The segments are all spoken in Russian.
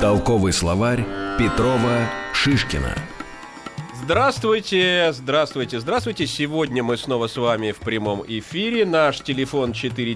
Толковый словарь Петрова Шишкина. Здравствуйте, здравствуйте, здравствуйте. Сегодня мы снова с вами в прямом эфире. Наш телефон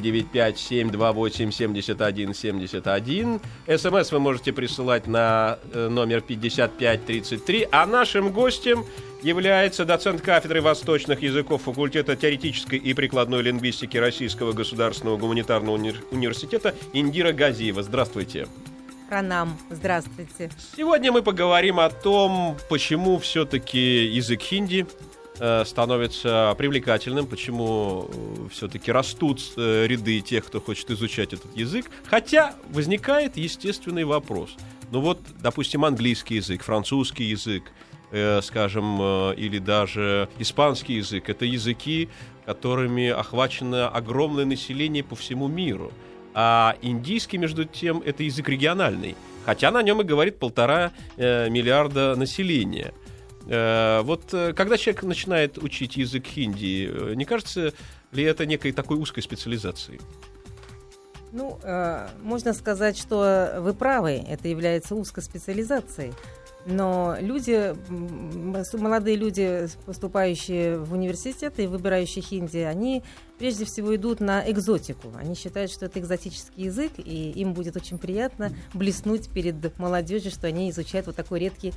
495-728-7171. СМС вы можете присылать на номер 5533. А нашим гостем является доцент кафедры восточных языков факультета теоретической и прикладной лингвистики Российского государственного гуманитарного университета Индира Газиева. Здравствуйте. Пранам. Здравствуйте. Сегодня мы поговорим о том, почему все-таки язык хинди становится привлекательным, почему все-таки растут ряды тех, кто хочет изучать этот язык. Хотя возникает естественный вопрос. Ну вот, допустим, английский язык, французский язык, скажем, или даже испанский язык. Это языки, которыми охвачено огромное население по всему миру. А индийский, между тем, это язык региональный, хотя на нем и говорит 1,5 миллиарда населения. Вот когда человек начинает учить язык хинди, не кажется ли это некой такой узкой специализацией? Ну, можно сказать, что вы правы, это является узкой специализацией. Но люди, молодые люди, поступающие в университеты и выбирающие хинди, они прежде всего идут на экзотику. Они считают, что это экзотический язык, и им будет очень приятно блеснуть перед молодежью, что они изучают вот такой редкий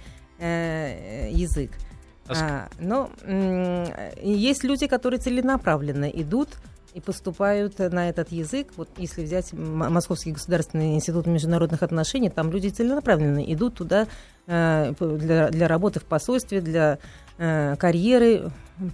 язык. Но есть люди, которые целенаправленно идут и поступают на этот язык. Вот если взять Московский государственный институт международных отношений, там люди целенаправленно идут туда для работы в посольстве, для карьеры,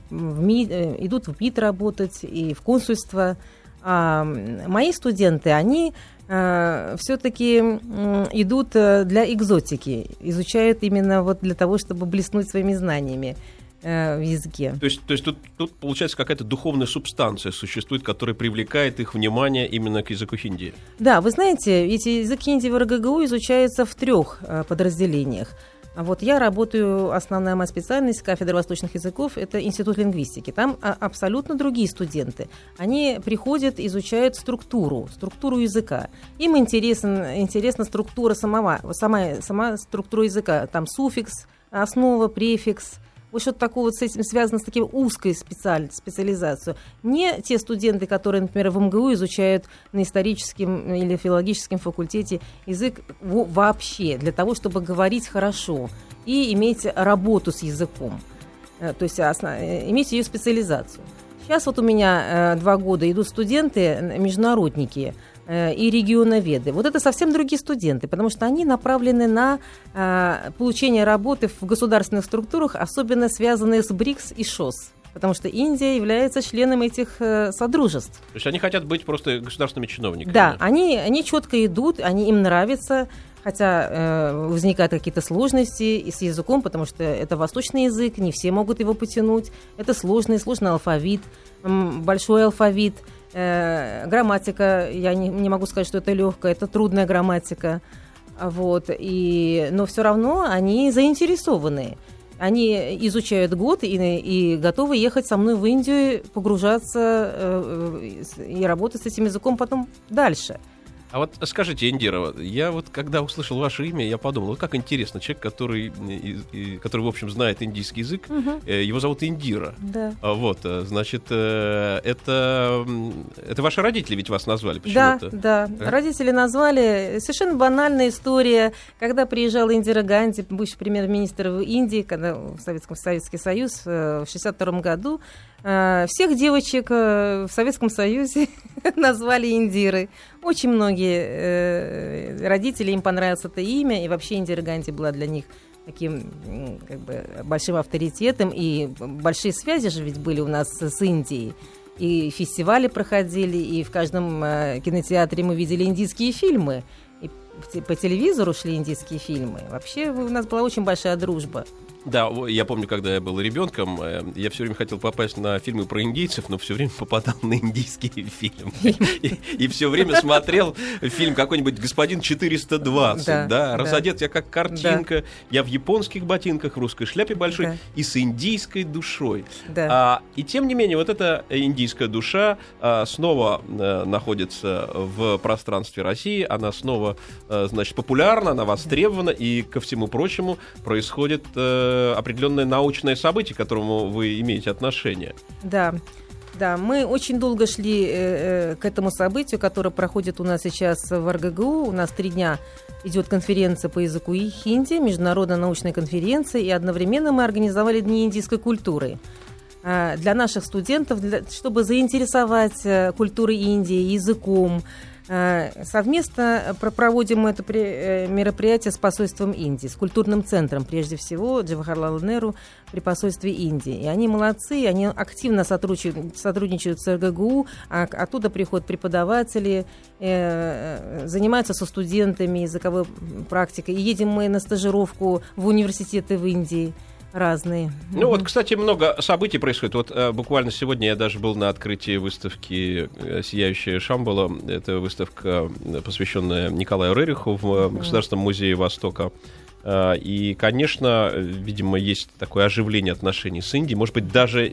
идут в МИД работать и в консульство. А мои студенты, они все-таки идут для экзотики, изучают именно вот для того, чтобы блеснуть своими знаниями в языке. То есть тут получается какая-то духовная субстанция существует, которая привлекает их внимание именно к языку хинди. Да, вы знаете, эти язык хинди в РГГУ изучаются в 3 подразделениях. Вот я работаю, основная моя специальность, кафедра восточных языков, это институт лингвистики. Там абсолютно другие студенты. Они приходят, изучают структуру языка. Им интересна структура сама структура языка. Там суффикс, основа, префикс. Вот что-то такое вот с этим связано, с такой узкой специализацией. Не те студенты, которые, например, в МГУ изучают на историческом или филологическом факультете язык вообще, для того, чтобы говорить хорошо и иметь работу с языком, то есть иметь ее специализацию. Сейчас вот у меня 2 года идут студенты, международники и регионоведы. Вот это совсем другие студенты, потому что они направлены на получение работы в государственных структурах, особенно связанные с БРИКС и ШОС, потому что Индия является членом этих содружеств. То есть они хотят быть просто государственными чиновниками? Да, они четко идут, им нравится, хотя возникают какие-то сложности и с языком, потому что это восточный язык, не все могут его потянуть. Это сложный алфавит, большой алфавит. Грамматика, я не могу сказать, что это легкая, это трудная грамматика. Вот, но все равно они заинтересованы. Они изучают год и готовы ехать со мной в Индию, погружаться и работать с этим языком потом дальше. А вот скажите, Индира, я вот когда услышал ваше имя, я подумал, вот как интересно, человек, который в общем, знает индийский язык, его зовут Индира. Да. Вот, значит, это ваши родители ведь вас назвали почему-то? Да. Родители назвали. Совершенно банальная история. Когда приезжала Индира Ганди, бывший премьер-министр в Индии, когда в Советский Союз в 1962 году, всех девочек в Советском Союзе назвали Индирой. Очень многие родители, им понравилось это имя, и вообще Индира Ганди была для них таким большим авторитетом, и большие связи же ведь были у нас с Индией. И фестивали проходили, и в каждом кинотеатре мы видели индийские фильмы, и по телевизору шли индийские фильмы. Вообще у нас была очень большая дружба. Да, я помню, когда я был ребенком, я все время хотел попасть на фильмы про индейцев, но все время попадал на индийские фильмы. И все время смотрел фильм какой-нибудь «Господин 420». Да, разодет я как картинка, я в японских ботинках, в русской шляпе большой и с индийской душой. И тем не менее, вот эта индийская душа снова находится в пространстве России, она снова, значит, популярна, она востребована, и, ко всему прочему, происходит определенное научное событие, к которому вы имеете отношение. Да, мы очень долго шли к этому событию, которое проходит у нас сейчас в РГГУ. У нас 3 дня идет конференция по языку и хинди, международная научная конференция, и одновременно мы организовали Дни индийской культуры. Для наших студентов, чтобы заинтересовать культурой Индии, языком. Совместно проводим это мероприятие с посольством Индии, с культурным центром, прежде всего, Джавахарлал Неру при посольстве Индии. И они молодцы, они активно сотрудничают с РГГУ, оттуда приходят преподаватели, занимаются со студентами языковой практикой. И едем мы на стажировку в университеты в Индии. Разные. Ну вот, кстати, много событий происходит. Вот буквально сегодня я даже был на открытии выставки «Сияющая Шамбала». Это выставка, посвященная Николаю Рериху в Государственном музее Востока. И, конечно, видимо, есть такое оживление отношений с Индией. Может быть, даже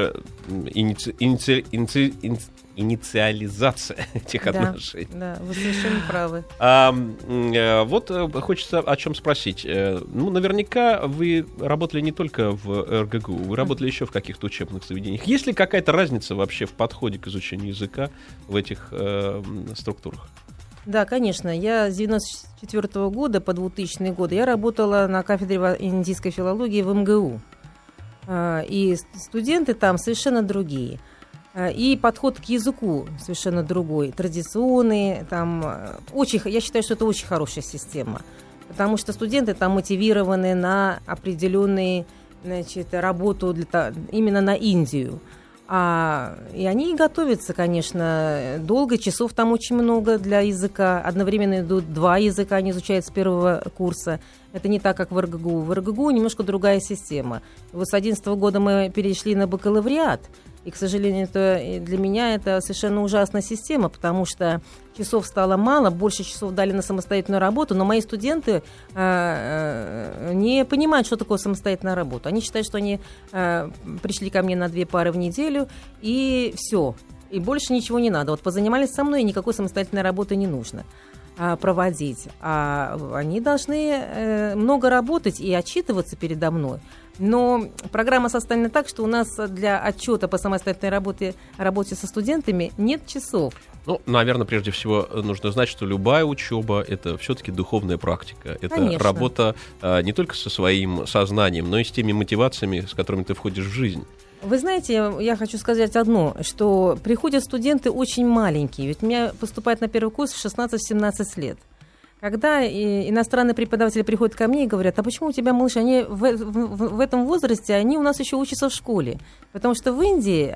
инициализация этих отношений. Да, вы совершенно правы. Вот хочется о чем спросить. Ну, наверняка вы работали не только в РГГУ, вы работали еще в каких-то учебных заведениях. Есть ли какая-то разница вообще в подходе к изучению языка в этих структурах? Да, конечно. Я с 1994 года по 2000 год я работала на кафедре индийской филологии в МГУ. И студенты там совершенно другие. И подход к языку совершенно другой, традиционный. Я считаю, что это очень хорошая система, потому что студенты там мотивированы на определенную работу именно на Индию. И они готовятся, конечно, долго, часов там очень много для языка. Одновременно идут 2 языка, они изучают с 1-го курса. Это не так, как в РГГУ. В РГГУ немножко другая система. Вот с 2011 года мы перешли на бакалавриат. И, к сожалению, для меня это совершенно ужасная система, потому что часов стало мало, больше часов дали на самостоятельную работу, но мои студенты не понимают, что такое самостоятельная работа. Они считают, что они пришли ко мне на 2 пары в неделю, и все, и больше ничего не надо. Вот позанимались со мной, и никакой самостоятельной работы не нужно проводить. А они должны много работать и отчитываться передо мной. Но программа составлена так, что у нас для отчета по самостоятельной работе со студентами нет часов. Ну, наверное, прежде всего нужно знать, что любая учеба — это все-таки духовная практика. Это Конечно. Работа не только со своим сознанием, но и с теми мотивациями, с которыми ты входишь в жизнь. Вы знаете, я хочу сказать одно, что приходят студенты очень маленькие. Ведь у меня поступают на 1-й курс в 16-17 лет. Когда иностранные преподаватели приходят ко мне и говорят: а почему у тебя, малыш, они в этом возрасте, они у нас еще учатся в школе? Потому что в Индии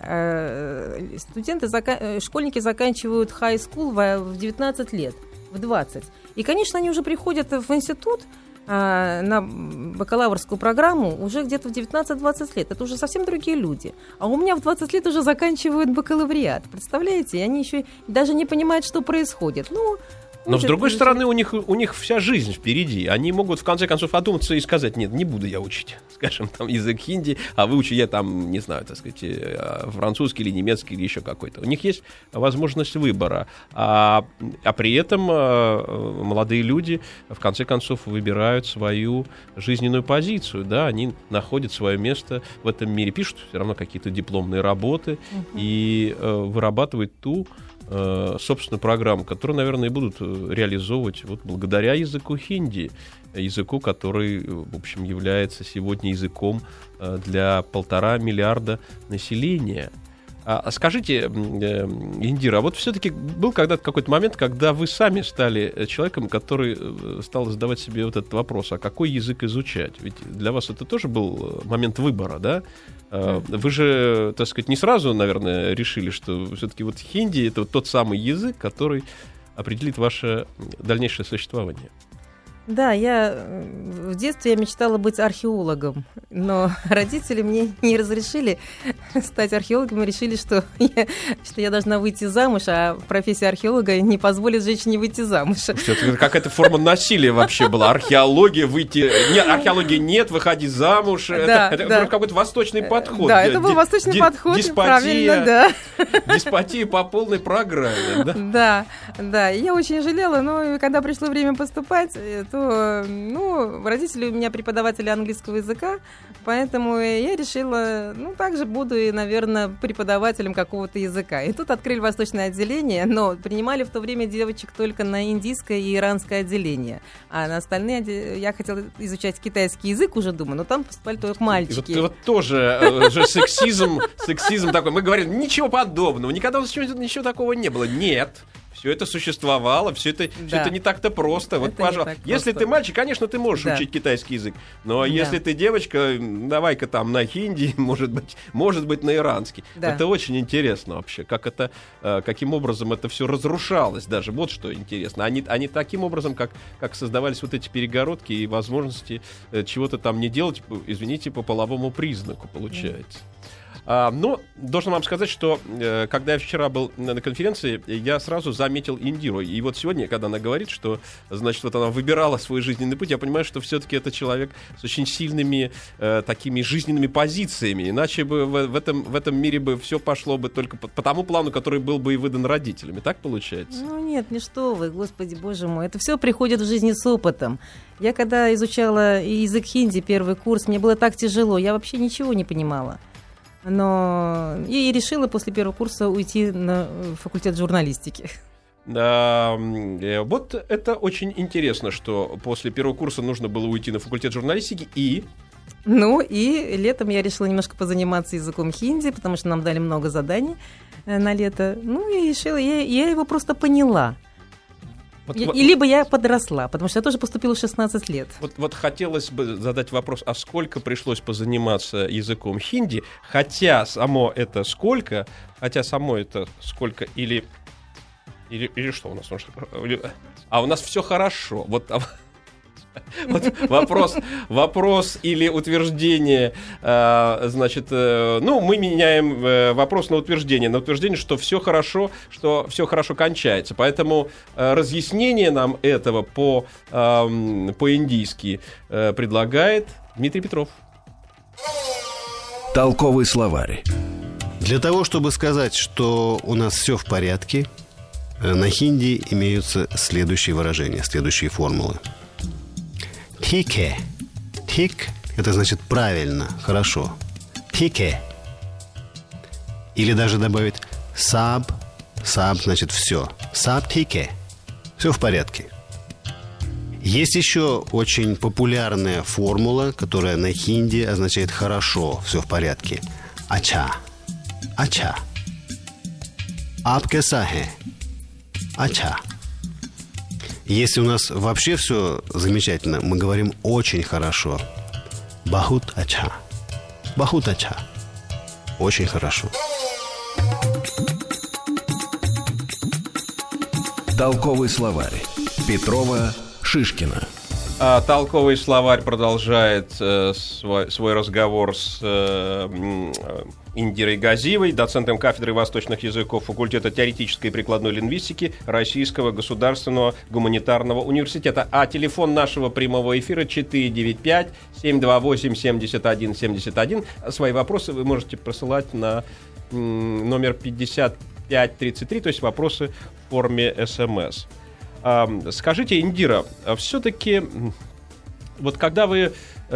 школьники заканчивают high school в 19 лет, в 20. И, конечно, они уже приходят в институт на бакалаврскую программу уже где-то в 19-20 лет. Это уже совсем другие люди. А у меня в 20 лет уже заканчивают бакалавриат. Представляете? И они еще даже не понимают, что происходит. Но, с другой стороны, у них вся жизнь впереди. Они могут, в конце концов, одуматься и сказать: нет, не буду я учить, скажем, там, язык хинди, а выучу я там, не знаю, так сказать, французский или немецкий или еще какой-то. У них есть возможность выбора. А при этом молодые люди, в конце концов, выбирают свою жизненную позицию. Да? Они находят свое место в этом мире, пишут все равно какие-то дипломные работы и вырабатывают ту собственную программу, которую, наверное, и будут реализовывать вот благодаря языку хинди, языку, который, в общем, является сегодня языком для 1,5 миллиарда населения. Скажите, Индира, вот все-таки был когда-то какой-то момент, когда вы сами стали человеком, который стал задавать себе вот этот вопрос: а какой язык изучать? Ведь для вас это тоже был момент выбора, да? Вы же, так сказать, не сразу, наверное, решили, что все-таки вот хинди — это вот тот самый язык, который определит ваше дальнейшее существование. Да, в детстве я мечтала быть археологом, но родители мне не разрешили стать археологом и решили, что я должна выйти замуж, а профессия археолога не позволит женщине выйти замуж. Это какая-то форма насилия вообще была. Археология, выйти... Нет, археологии нет, выходи замуж. Да, это какой-то восточный подход. Да, это был восточный подход, правильно, да. Диспотия по полной программе, да? Да. Я очень жалела, но когда пришло время поступать, то, родители у меня преподаватели английского языка, поэтому я решила, также буду, наверное, преподавателем какого-то языка. И тут открыли восточное отделение, но принимали в то время девочек только на индийское и иранское отделение. А на остальные я хотела изучать китайский язык, уже думаю, но там поступали только мальчики. Вот тоже же сексизм такой. Мы говорим, ничего подобного, никогда у нас ничего такого не было. Нет. Все это существовало, все это не так-то просто. Вот, пожалуйста, если ты мальчик, конечно, ты можешь учить китайский язык, но если ты девочка, давай-ка там на хинди, может быть на иранский. Да. Это очень интересно вообще, каким образом это все разрушалось даже. Вот что интересно. Они таким образом, как создавались вот эти перегородки и возможности чего-то там не делать, извините, по половому признаку получается. Но должен вам сказать, что когда я вчера был на конференции, я сразу заметил Индиру. И вот сегодня, когда она говорит, что, значит, вот она выбирала свой жизненный путь, я понимаю, что все-таки это человек с очень сильными такими жизненными позициями. Иначе бы в этом мире бы все пошло бы только по тому плану, который был бы и выдан родителями. Так получается? Нет, не что вы, господи, боже мой. Это все приходит в жизни с опытом. Я когда изучала язык хинди, первый курс, мне было так тяжело, я вообще ничего не понимала. Но и решила после первого курса уйти на факультет журналистики. Вот это очень интересно, что после первого курса нужно было уйти на факультет журналистики и летом я решила немножко позаниматься языком хинди, потому что нам дали много заданий на лето. И решила, я его просто поняла. Либо я подросла, потому что я тоже поступила в 16 лет. Вот хотелось бы задать вопрос, а сколько пришлось позаниматься языком хинди, хотя само это сколько или что у нас? А у нас все хорошо. Вот вопрос или утверждение, значит, мы меняем вопрос на утверждение, что все хорошо кончается. Поэтому разъяснение нам этого по-индийски предлагает Дмитрий Петров. Толковый словарь. Для того, чтобы сказать, что у нас все в порядке, на хинди имеются следующие выражения, следующие формулы. Тике. Тик – это значит правильно, хорошо. Тике. Или даже добавить саб. Саб значит все. Саб тике. Все в порядке. Есть еще очень популярная формула, которая на хинди означает хорошо, все в порядке. Ача. Ача. Апке сахе. Ача. Если у нас вообще все замечательно, мы говорим очень хорошо. Бахут ача. Бахут ача. Очень хорошо. Толковый словарь. Петрова, Шишкина. Толковый словарь продолжает свой разговор с Индирой Газиевой, доцентом кафедры восточных языков факультета теоретической и прикладной лингвистики Российского государственного гуманитарного университета. А телефон нашего прямого эфира 495-728-7171. Свои вопросы вы можете присылать на номер 5533, то есть вопросы в форме СМС. Скажите, Индира, все-таки вот когда вы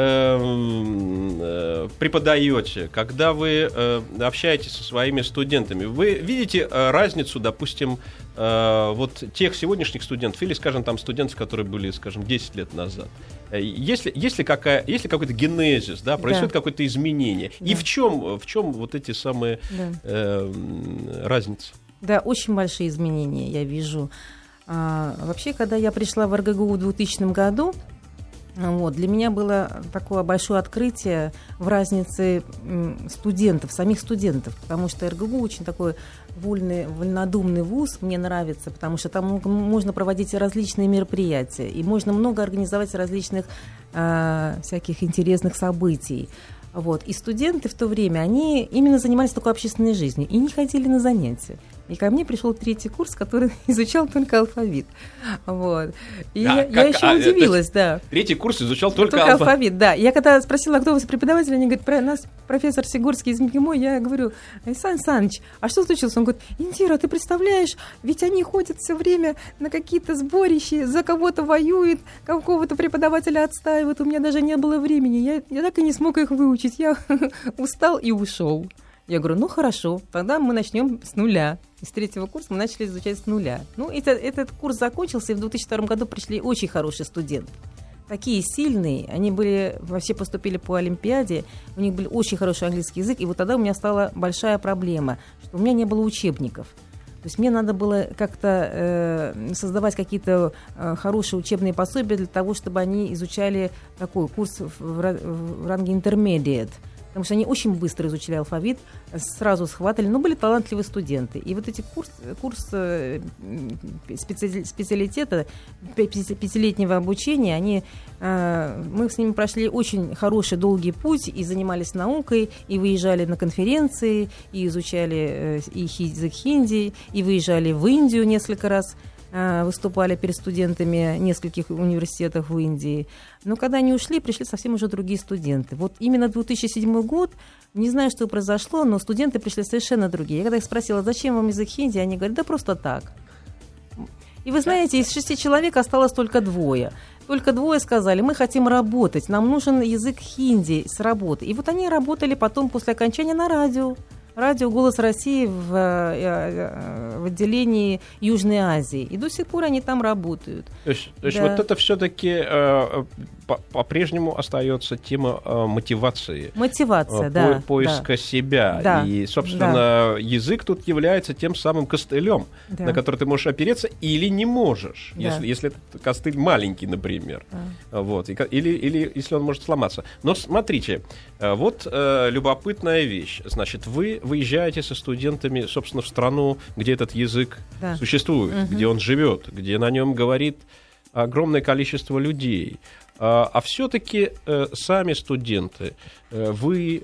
преподаете, когда вы общаетесь со своими студентами, вы видите разницу, допустим, вот тех сегодняшних студентов или, скажем, там студентов, которые были, скажем, 10 лет назад? Есть ли какой-то генезис, да, происходит какое-то изменение? Да. И в чем вот эти самые разницы? Да, очень большие изменения я вижу. Вообще, когда я пришла в РГГУ в 2000 году, Вот. Для меня было такое большое открытие в разнице студентов, самих студентов, потому что РГГУ очень такой вольнодумный вуз, мне нравится, потому что там можно проводить различные мероприятия, и можно много организовать различных всяких интересных событий. Вот. И студенты в то время, они именно занимались такой общественной жизнью и не ходили на занятия. И ко мне пришел 3-й курс, который изучал только алфавит. Вот. И я еще удивилась, да. 3-й курс изучал только алфавит. Да. Я когда спросила, кто у вас преподаватель, они говорят, про нас профессор Сигурский из МГИМО, я говорю, Сан Саныч, а что случилось? Он говорит, Индира, ты представляешь, ведь они ходят все время на какие-то сборища, за кого-то воюют, какого-то преподавателя отстаивают, у меня даже не было времени, я так и не смог их выучить, я устал и ушел. Я говорю, ну хорошо, тогда мы начнем с нуля. С 3-го курса мы начали изучать с нуля. Ну, этот курс закончился, и в 2002 году пришли очень хорошие студенты. Такие сильные, они были, вообще поступили по Олимпиаде, у них был очень хороший английский язык, и вот тогда у меня стала большая проблема, что у меня не было учебников. То есть мне надо было как-то создавать какие-то хорошие учебные пособия для того, чтобы они изучали такой курс в ранге intermediate. Потому что они очень быстро изучили алфавит, сразу схватывали, но были талантливые студенты. И вот эти курс специалитета, 5-летнего обучения, мы с ними прошли очень хороший, долгий путь и занимались наукой, и выезжали на конференции, и изучали и язык хинди, и выезжали в Индию несколько раз. Выступали перед студентами нескольких университетов в Индии. Но когда они ушли, пришли совсем уже другие студенты. Вот именно 2007 год, не знаю, что произошло, но студенты пришли совершенно другие. Я когда их спросила, зачем вам язык хинди, они говорят, да просто так. И вы знаете, из 6 человек осталось только 2. Только 2 сказали, мы хотим работать, нам нужен язык хинди с работы. И вот они работали потом после окончания на радио. Радио «Голос России» в отделении Южной Азии. И до сих пор они там работают. То есть вот это все-таки по-прежнему остается тема мотивации. Мотивация, да. Поиска себя. Да, и, собственно, язык тут является тем самым костылем, на который ты можешь опереться или не можешь, если этот костыль маленький, например. Вот. Или если он может сломаться. Но смотрите, вот любопытная вещь. Значит, вы выезжаете со студентами, собственно, в страну, где этот язык существует, где он живет, где на нем говорит огромное количество людей. А все-таки сами студенты, вы,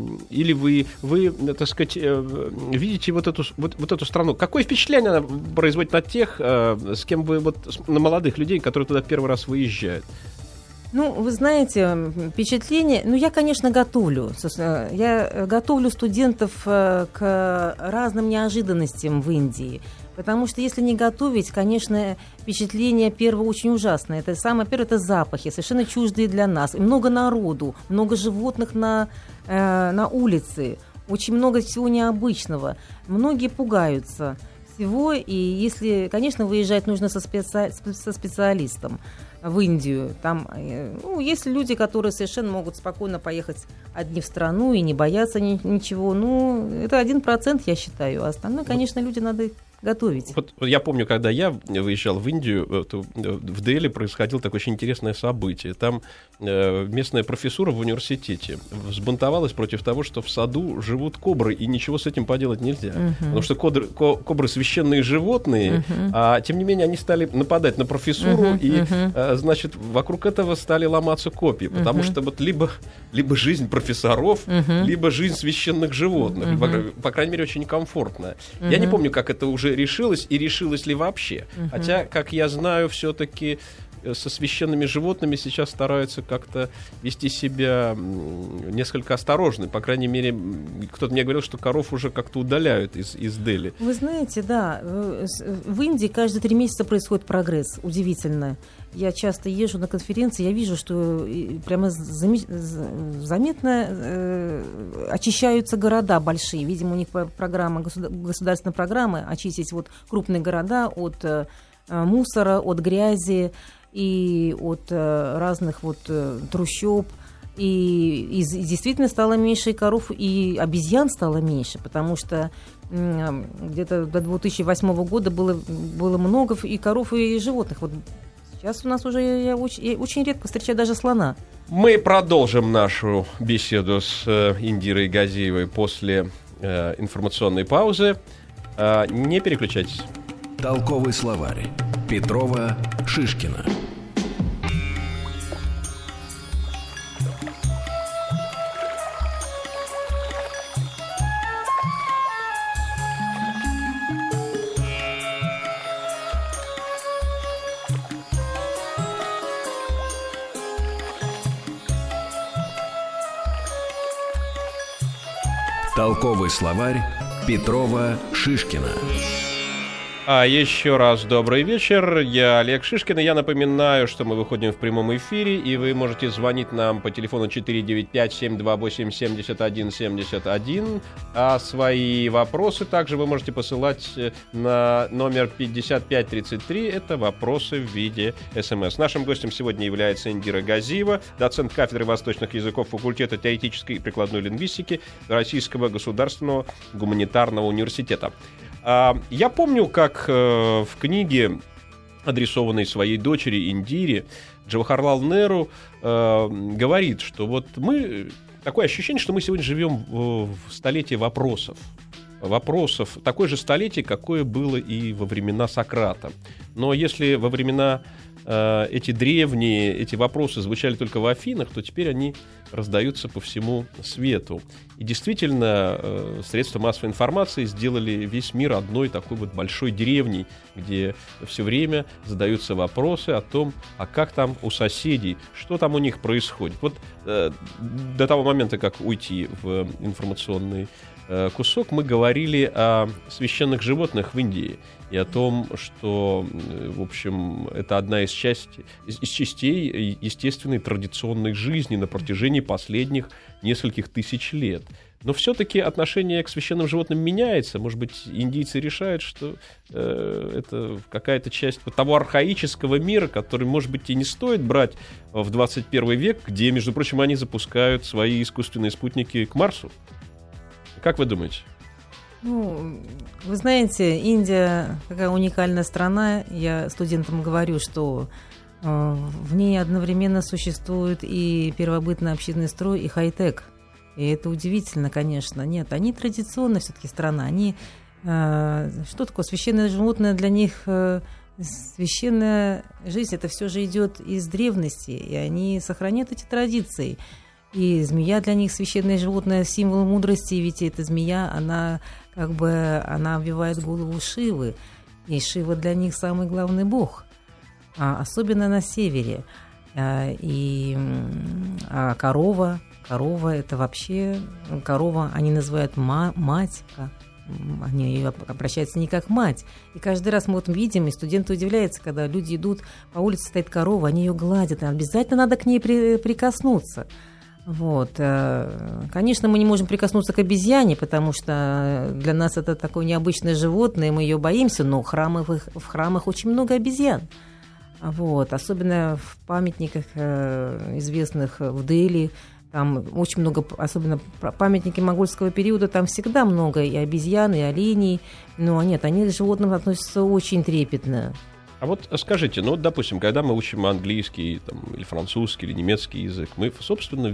так сказать, видите вот эту страну. Какое впечатление она производит на тех, с кем вы, на молодых людей, которые туда первый раз выезжают? Ну, вы знаете, впечатление... Ну, я, конечно, готовлю. Я готовлю студентов к разным неожиданностям в Индии. Потому что если не готовить, конечно, впечатление первое очень ужасное. Это самое первое, это запахи, совершенно чуждые для нас. И много народу, много животных на улице, очень много всего необычного. Многие пугаются всего, и если, конечно, выезжать нужно со специалистом в Индию. Там, есть люди, которые совершенно могут спокойно поехать одни в страну и не бояться ничего. Это 1%, я считаю. А остальное, конечно, люди надо готовить. Вот я помню, когда я выезжал в Индию, в Дели происходило такое очень интересное событие. Там местная профессура в университете взбунтовалась против того, что в саду живут кобры, и ничего с этим поделать нельзя. Потому что кобры священные животные, а тем не менее они стали нападать на профессуру, и, значит, вокруг этого стали ломаться копья. Потому что вот либо жизнь профессоров, либо жизнь священных животных. По крайней мере, очень некомфортная. Я не помню, как это уже решилось и решилось ли вообще. Хотя, как я знаю, все-таки со священными животными сейчас стараются как-то вести себя несколько осторожно. По крайней мере, кто-то мне говорил, что коров уже как-то удаляют из Дели. Вы знаете, да, в Индии каждые 3 месяца происходит прогресс. Удивительно. Я часто езжу на конференции, я вижу, что прямо заметно очищаются города большие. Видимо, у них программа, государственная программа очистить крупные города от мусора, от грязи и от разных трущоб. И действительно стало меньше и коров, и обезьян стало меньше, потому что где-то до 2008 года было много и коров, и животных. Сейчас у нас уже я очень редко встречаю даже слона. Мы продолжим нашу беседу с Индирой Газиевой после информационной паузы. Не переключайтесь. Толковый словарь. Петрова, Шишкина. Толковый словарь Петрова, Шишкина. Еще раз добрый вечер, я Олег Шишкин, и я напоминаю, что мы выходим в прямом эфире, и вы можете звонить нам по телефону 495-728-7171, а свои вопросы также вы можете посылать на номер 5533, это вопросы в виде СМС. Нашим гостем сегодня является Индира Газиева, доцент кафедры восточных языков факультета теоретической и прикладной лингвистики Российского государственного гуманитарного университета. Я помню, как в книге, адресованной своей дочери Индире, Джавахарлал Неру говорит, что вот мы... Такое ощущение, что мы сегодня живем в столетии вопросов. Вопросов, такое же столетие, какое было и во времена Сократа. Но если во времена эти древние, эти вопросы звучали только в Афинах, то теперь они раздаются по всему свету. И действительно, средства массовой информации сделали весь мир одной такой вот большой деревней, где все время задаются вопросы о том, а как там у соседей, что там у них происходит. Вот до того момента, как уйти в информационный кусок, мы говорили о священных животных в Индии и о том, что, в общем, это одна из частей естественной традиционной жизни на протяжении последних нескольких тысяч лет. Но все-таки отношение к священным животным меняется. Может быть, индийцы решают, что это какая-то часть вот того архаического мира, который, может быть, и не стоит брать в 21 век, где, между прочим, они запускают свои искусственные спутники к Марсу. Как вы думаете? Ну, вы знаете, Индия такая уникальная страна. Я студентам говорю, что в ней одновременно существует и первобытный общинный строй, и хай-тек. И это удивительно, конечно. Нет, они традиционная все-таки страна. Они, что такое священное животное для них? Священная жизнь, это все же идет из древности, и они сохраняют эти традиции. И змея для них священное животное, символ мудрости, ведь эта змея, она обвивает голову Шивы, и Шива для них самый главный бог, особенно на севере. Корова это вообще, корова они называют мать, они ее обращаются не как мать. И каждый раз мы вот видим, и студенты удивляются, когда люди идут, по улице стоит корова, они ее гладят, и обязательно надо к ней прикоснуться. Вот. Конечно, мы не можем прикоснуться к обезьяне, потому что для нас это такое необычное животное, мы ее боимся, но в храмах очень много обезьян. Вот. Особенно в памятниках известных в Дели, там очень много, особенно памятники монгольского периода, там всегда много и обезьян, и оленей, но нет, они к животным относятся очень трепетно. А вот скажите, ну, допустим, когда мы учим английский, там, или французский, или немецкий язык, мы, собственно,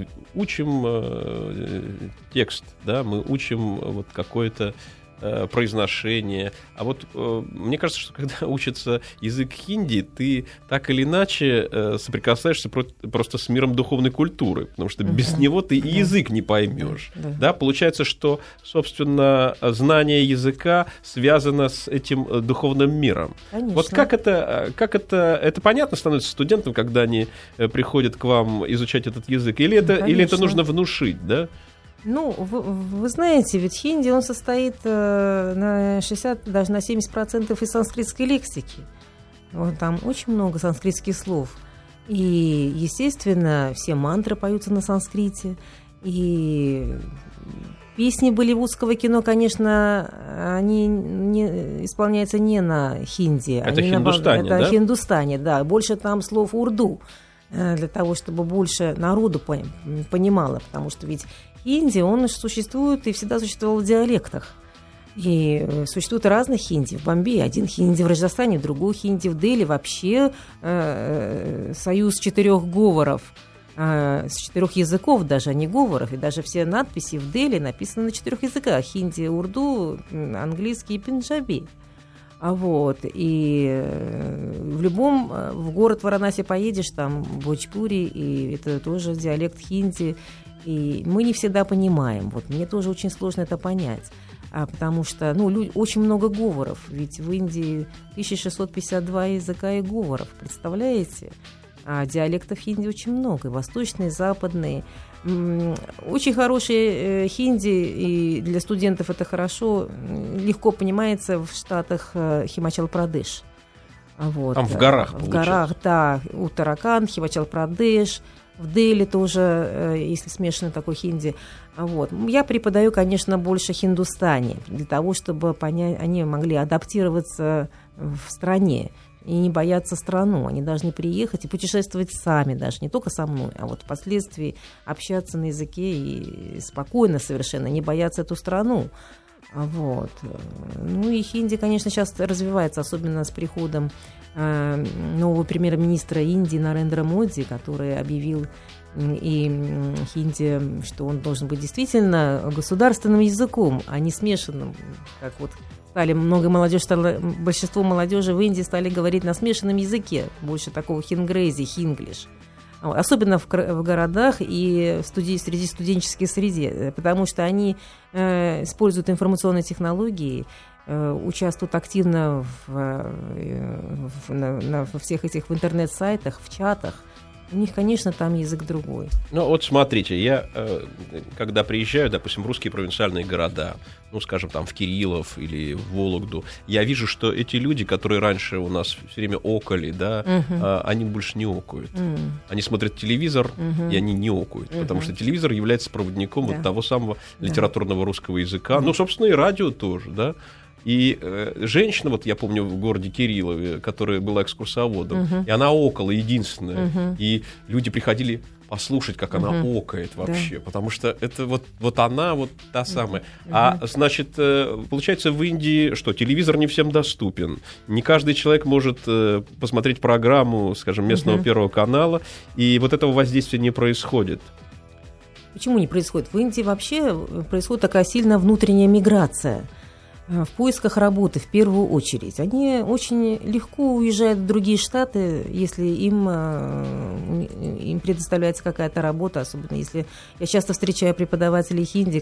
учим текст, да, мы учим вот какое-то произношение. А вот мне кажется, что когда учится язык хинди, ты так или иначе соприкасаешься просто с миром духовной культуры, потому что без него ты и язык не поймешь. Да? Получается, что, собственно, знание языка связано с этим духовным миром. Конечно. Вот как это понятно становится студентам, когда они приходят к вам изучать этот язык? Или это нужно внушить, да? Ну, вы знаете, ведь хинди, он состоит на 60, даже на 70% из санскритской лексики. Вот, там очень много санскритских слов. И, естественно, все мантры поются на санскрите. И песни болливудского кино, конечно, они исполняются не на хинди. Это хиндустане, да? Это хиндустане, да. Больше там слов урду, для того, чтобы больше народу понимало. Потому что ведь хинди, он существует и всегда существовал в диалектах. И существует разных хинди. В Бомбее один хинди, в Раджастане другой хинди, в Дели вообще союз 4 говоров, с 4 языков даже, а не говоров. И даже все надписи в Дели написаны на 4 языках. Хинди, урду, английский и пенджаби. Вот. И в город Варанаси поедешь, там Бходжпури, и это тоже диалект хинди. И мы не всегда понимаем. Вот мне тоже очень сложно это понять. Потому что очень много говоров. Ведь в Индии 1652 языка и говоров. Представляете? А диалектов хинди очень много. И восточные, и западные. Очень хорошие хинди, и для студентов это хорошо, легко понимается в штатах Химачал-Прадеш. Вот. Там в горах, в горах, да. Уттараханд, Химачал-Прадеш. В Дели тоже, если смешанный такой хинди. Вот. Я преподаю, конечно, больше хиндустани, для того, чтобы они могли адаптироваться в стране и не бояться страну. Они должны приехать и путешествовать сами даже, не только со мной, а вот впоследствии общаться на языке и спокойно совершенно, не бояться эту страну. Вот. И хинди, конечно, сейчас развивается, особенно с приходом нового премьер-министра Индии Нарендра Моди, который объявил и хинди, что он должен быть действительно государственным языком, а не смешанным, как вот большинство молодежи в Индии стали говорить на смешанном языке, больше такого хингрези, хинглиш. Особенно в городах и среди студенческой среды, потому что они используют информационные технологии, участвуют активно на всех этих в интернет-сайтах, в чатах. У них, конечно, там язык другой. Вот смотрите, я, когда приезжаю, допустим, в русские провинциальные города, скажем, там в Кириллов или в Вологду, я вижу, что эти люди, которые раньше у нас все время окали, да, они больше не окают. Они смотрят телевизор, и они не окают, потому что телевизор является проводником вот того самого литературного русского языка, собственно, и радио тоже, да. И женщина, вот я помню в городе Кириллове, которая была экскурсоводом, и она окала единственная. И люди приходили послушать, как она окает вообще, потому что это вот она вот та самая. А значит, получается, в Индии что, телевизор не всем доступен. Не каждый человек может посмотреть программу, скажем, местного Первого канала, и вот этого воздействия не происходит. Почему не происходит? В Индии вообще происходит такая сильная внутренняя миграция. В поисках работы в первую очередь. Они очень легко уезжают в другие штаты, если им предоставляется какая-то работа, особенно если... Я часто встречаю преподавателей хинди,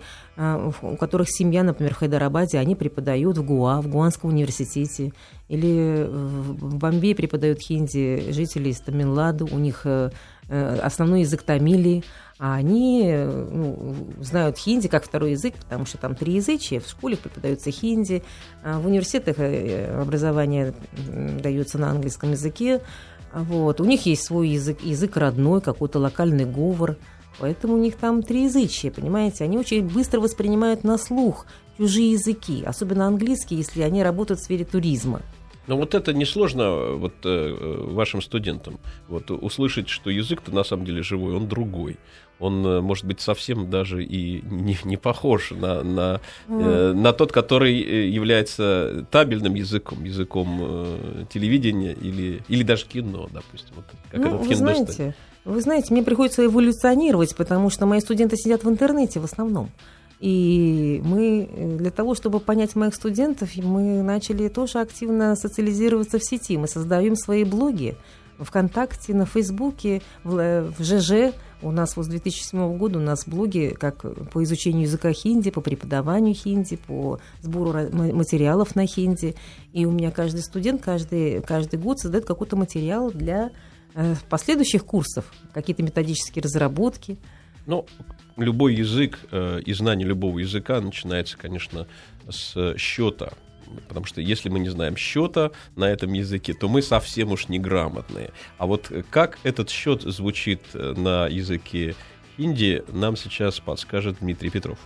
у которых семья, например, в Хайдарабаде, они преподают в Гуанском университете, или в Бомбее преподают хинди жители из Тамилнады, у них основной язык тамили, а они знают хинди как второй язык, потому что там 3 язычия, в школе преподается хинди, в университетах образование дается на английском языке. Вот. У них есть свой язык родной, какой-то локальный говор, поэтому у них там 3 язычия, понимаете? Они очень быстро воспринимают на слух чужие языки, особенно английский, если они работают в сфере туризма. Но вот это несложно вашим студентам услышать, что язык-то на самом деле живой, он другой. Он, может быть, совсем даже и не похож на тот, который является табельным языком телевидения или даже кино, допустим. Вот, как это в Хиндустане. Вы знаете, мне приходится эволюционировать, потому что мои студенты сидят в интернете в основном. И мы для того, чтобы понять моих студентов, мы начали тоже активно социализироваться в сети. Мы создаем свои блоги ВКонтакте, на Фейсбуке, в ЖЖ. У нас с 2007 года у нас блоги как по изучению языка хинди, по преподаванию хинди, по сбору материалов на хинди. И у меня каждый студент каждый год создает какой-то материал для последующих курсов, какие-то методические разработки. Любой язык и знание любого языка начинается, конечно, с счета. Потому что если мы не знаем счета на этом языке, то мы совсем уж неграмотные. А вот как этот счет звучит на языке хинди, нам сейчас подскажет Дмитрий Петров.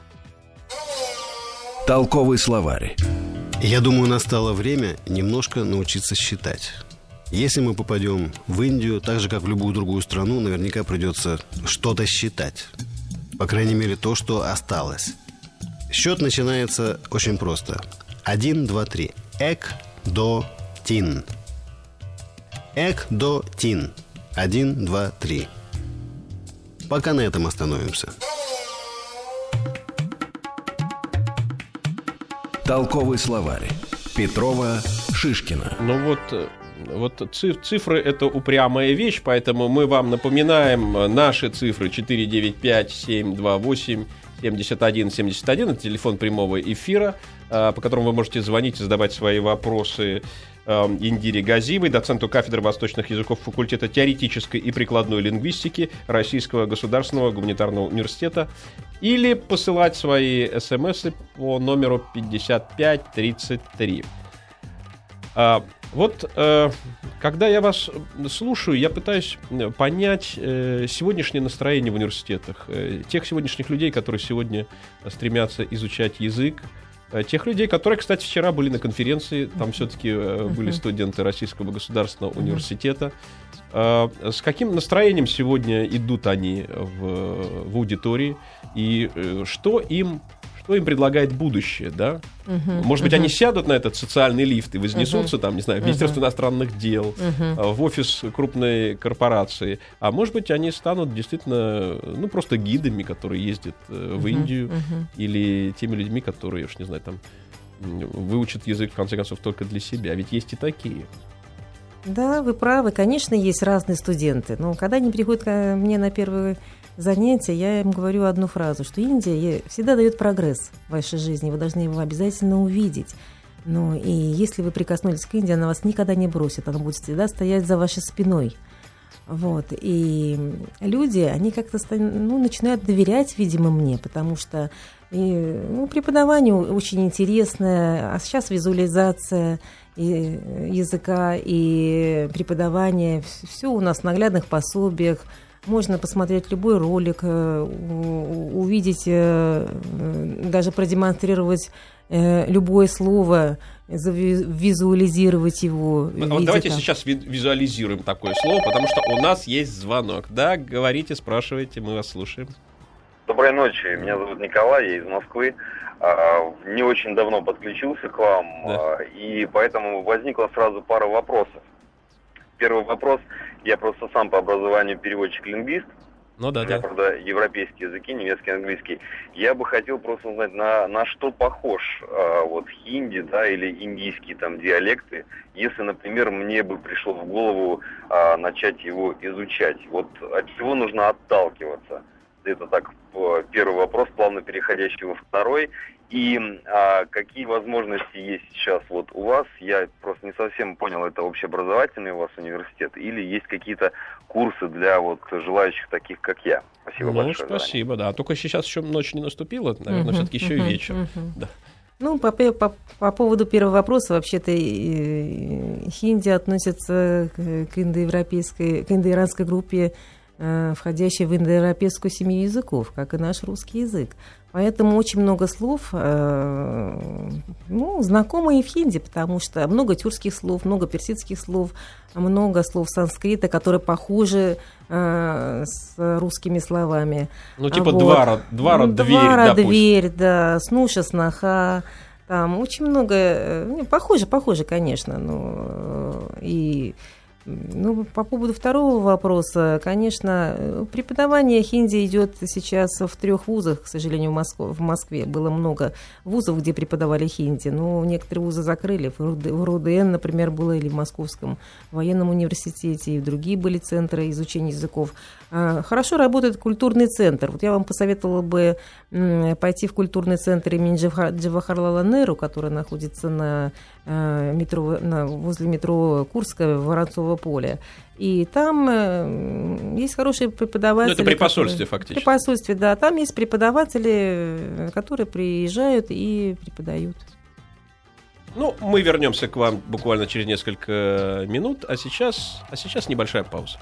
Толковый словарь. Я думаю, настало время немножко научиться считать. Если мы попадем в Индию, так же, как в любую другую страну, наверняка придется что-то считать. По крайней мере, то, что осталось. Счет начинается очень просто. 1, 2, 3. Эк, до, тин. Эк, до, тин. 1, 2, 3. Пока на этом остановимся. Толковый словарь. Петрова, Шишкина. Ну вот цифры — это упрямая вещь, поэтому мы вам напоминаем наши цифры 495-728-71-71. Это телефон прямого эфира, по которому вы можете звонить и задавать свои вопросы Индире Газиевой, доценту кафедры восточных языков факультета теоретической и прикладной лингвистики Российского государственного гуманитарного университета, или посылать свои смс по номеру 5533. Когда я вас слушаю, я пытаюсь понять сегодняшнее настроение в университетах, тех сегодняшних людей, которые сегодня стремятся изучать язык, тех людей, которые, кстати, вчера были на конференции, там все-таки были студенты Российского государственного университета. С каким настроением сегодня идут они в аудитории, и что им предлагает будущее, да? Может быть, они сядут на этот социальный лифт и вознесутся там, не знаю, в Министерство иностранных дел, в офис крупной корпорации, а может быть, они станут действительно, просто гидами, которые ездят в Индию, или теми людьми, которые, уж не знаю, там, выучат язык, в конце концов, только для себя. Ведь есть и такие. Да, вы правы. Конечно, есть разные студенты. Но когда они приходят ко мне на первые занятия, я им говорю одну фразу, что Индия всегда дает прогресс в вашей жизни. Вы должны его обязательно увидеть. Ну, и если вы прикоснулись к Индии, она вас никогда не бросит. Она будет всегда стоять за вашей спиной. Вот. И люди, они как-то начинают доверять, видимо, мне, потому что преподавание очень интересное, а сейчас визуализация языка и преподавание, все у нас в наглядных пособиях. Можно посмотреть любой ролик, увидеть, даже продемонстрировать любое слово, визуализировать его. Вот давайте сейчас визуализируем такое слово, потому что у нас есть звонок. Да, говорите, спрашивайте, мы вас слушаем. Доброй ночи, меня зовут Николай, я из Москвы. Не очень давно подключился к вам, да. И поэтому возникла сразу пара вопросов. Первый вопрос. Я просто сам по образованию переводчик-лингвист. Ну да, у меня, правда, европейские языки, немецкий, английский. Я бы хотел просто узнать, на что похож хинди, да, или индийские там диалекты, если, например, мне бы пришло в голову начать его изучать. Вот от чего нужно отталкиваться? Это так первый вопрос, плавно переходящий во второй. И какие возможности есть сейчас вот у вас? Я просто не совсем понял, это общеобразовательный у вас университет или есть какие-то курсы для желающих таких, как я? Спасибо большое. Спасибо, да. Только сейчас еще ночь не наступила, наверное, все-таки еще и вечер. Да. По поводу первого вопроса, вообще-то хинди относится к индоиранской группе, входящей в индоевропейскую семью языков, как и наш русский язык. Поэтому очень много слов знакомые в хинди, потому что много тюркских слов, много персидских слов, много слов санскрита, которые похожи с русскими словами. Двора, дверь, да, снуша, сноха. Там очень много, похоже, конечно, по поводу второго вопроса, конечно, преподавание хинди идет сейчас в 3 вузах, к сожалению, в Москве. Было много вузов, где преподавали хинди, но некоторые вузы закрыли. В РУДН, например, было, или в Московском военном университете, и другие были центры изучения языков. Хорошо работает культурный центр. Вот я вам посоветовала бы пойти в культурный центр имени Джавахарлала Неру, который находится возле метро Курское, Воронцово поле. И там есть хорошие преподаватели. Это при посольстве, фактически. При посольстве, да. Там есть преподаватели, которые приезжают и преподают. Мы вернемся к вам буквально через несколько минут, а сейчас небольшая пауза.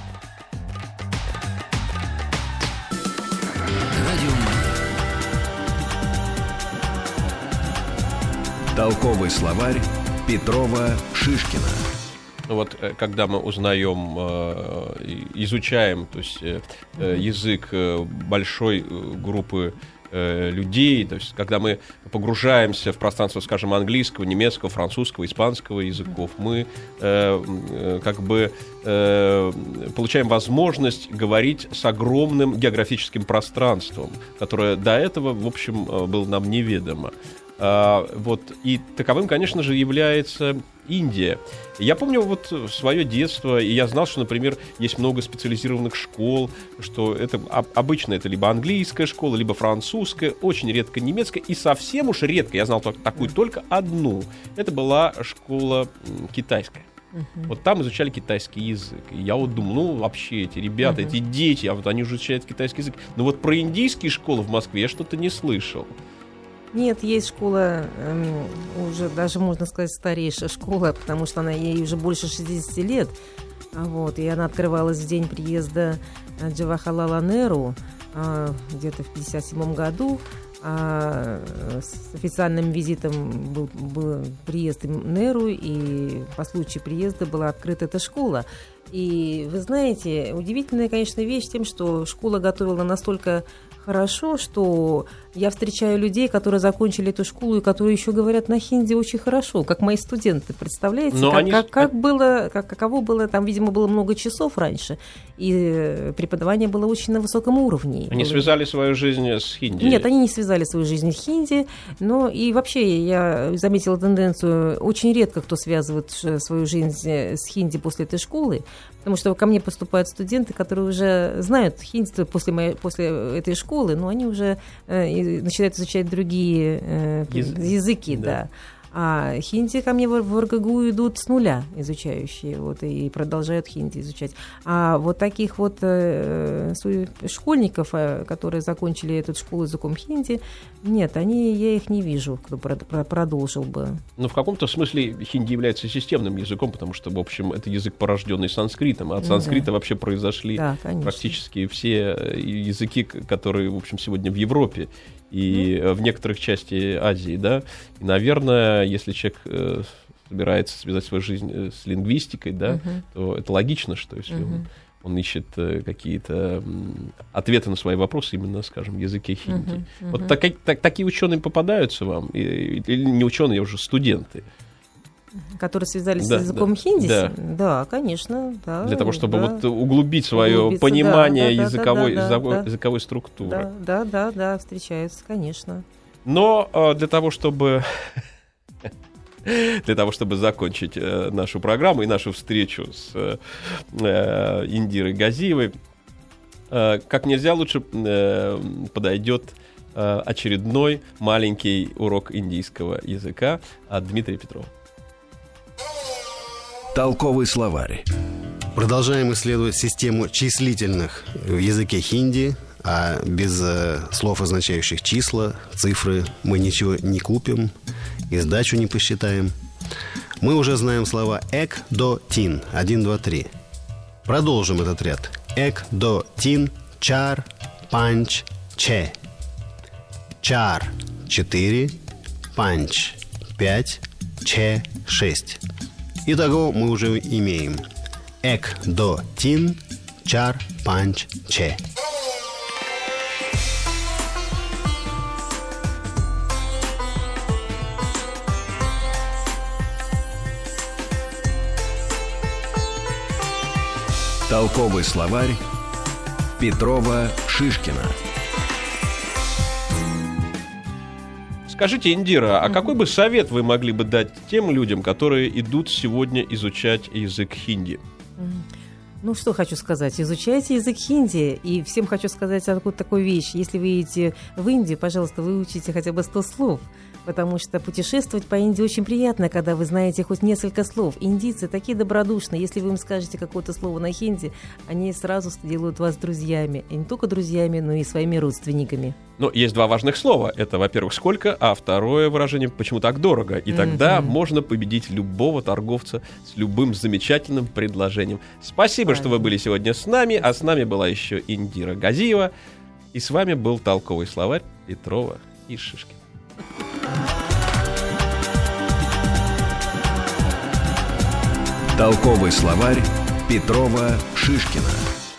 Толковый словарь Петрова, Шишкина. Когда мы узнаем, изучаем, то есть язык большой группы людей. То есть, когда мы погружаемся в пространство, скажем, английского, немецкого, французского, испанского языков, мы получаем возможность говорить с огромным географическим пространством, которое до этого, в общем, было нам неведомо. И таковым, конечно же, является Индия. Я помню свое детство, и я знал, что, например, есть много специализированных школ, что это обычно это либо английская школа, либо французская, очень редко немецкая, и совсем уж редко, я знал такую только одну, это была школа китайская. Вот там изучали китайский язык. И я думал, вообще эти ребята, эти дети, они уже изучают китайский язык. Но вот про индийские школы в Москве я что-то не слышал. Нет, есть школа, уже даже можно сказать старейшая школа, потому что ей уже больше 60 лет. И она открывалась в день приезда Джавахарлала Неру где-то в 1957 году. С официальным визитом был приезд Неру, и по случаю приезда была открыта эта школа. И вы знаете, удивительная, конечно, вещь тем, что школа готовила настолько хорошо, что я встречаю людей, которые закончили эту школу и которые еще говорят на хинди очень хорошо, как мои студенты. Представляете, каково было, там, видимо, было много часов раньше, и преподавание было очень на высоком уровне. Они связали свою жизнь с хинди? Нет, они не связали свою жизнь с хинди, но и вообще я заметила тенденцию, очень редко кто связывает свою жизнь с хинди после этой школы, потому что ко мне поступают студенты, которые уже знают хинди после этой школы, но они уже начинают изучать другие языки, да. А хинди ко мне в РГГУ идут с нуля изучающие, и продолжают хинди изучать. А вот таких школьников, которые закончили эту школу языком хинди, нет, я их не вижу, кто продолжил бы. Но в каком-то смысле хинди является системным языком, потому что, в общем, это язык, порожденный санскритом, а от санскрита вообще произошли практически все языки, которые, в общем, сегодня в Европе и в некоторых частях Азии, да. И, наверное, если человек собирается связать свою жизнь с лингвистикой, да, то это логично, что если он ищет какие-то ответы на свои вопросы именно, скажем, в языке хинди. Вот такие ученые попадаются вам? Или не ученые, а уже студенты? Которые связались с языком хинди? Да, конечно. Да, для того, чтобы углубить свое понимание языковой структуры. Да, встречаются, конечно. Но для того, чтобы закончить нашу программу и нашу встречу с Индирой Газиевой, как нельзя лучше подойдет очередной маленький урок индийского языка от Дмитрия Петрова. Толковый словарь. Продолжаем исследовать систему числительных в языке хинди, а без слов, означающих числа, цифры, мы ничего не купим и сдачу не посчитаем. Мы уже знаем слова «эк», «до», «тин» 1, 2, 3. Продолжим этот ряд. «Эк», «до», «тин», «чар», «панч», «че». «Чар» – 4, «панч» – 5, «че» – 6. Итого мы уже имеем «эк», «до», «тин», «чар», «панч», «че». Толковый словарь Петрова-Шишкина. Скажите, Индира, а какой бы совет вы могли бы дать тем людям, которые идут сегодня изучать язык хинди? Ну, что хочу сказать. Изучайте язык хинди. И всем хочу сказать такую вещь. Если вы едете в Индию, пожалуйста, выучите хотя бы 100 слов. Потому что путешествовать по Индии очень приятно, когда вы знаете хоть несколько слов. Индийцы такие добродушные. Если вы им скажете какое-то слово на хинди, они сразу делают вас друзьями. И не только друзьями, но и своими родственниками. Но есть два важных слова. Это, во-первых, сколько, а второе выражение «почему так дорого?». И тогда можно победить любого торговца с любым замечательным предложением. Спасибо, что вы были сегодня с нами. А с нами была еще Индира Газиева. И с вами был толковый словарь Петрова и Шишкина. Толковый словарь Петрова-Шишкина.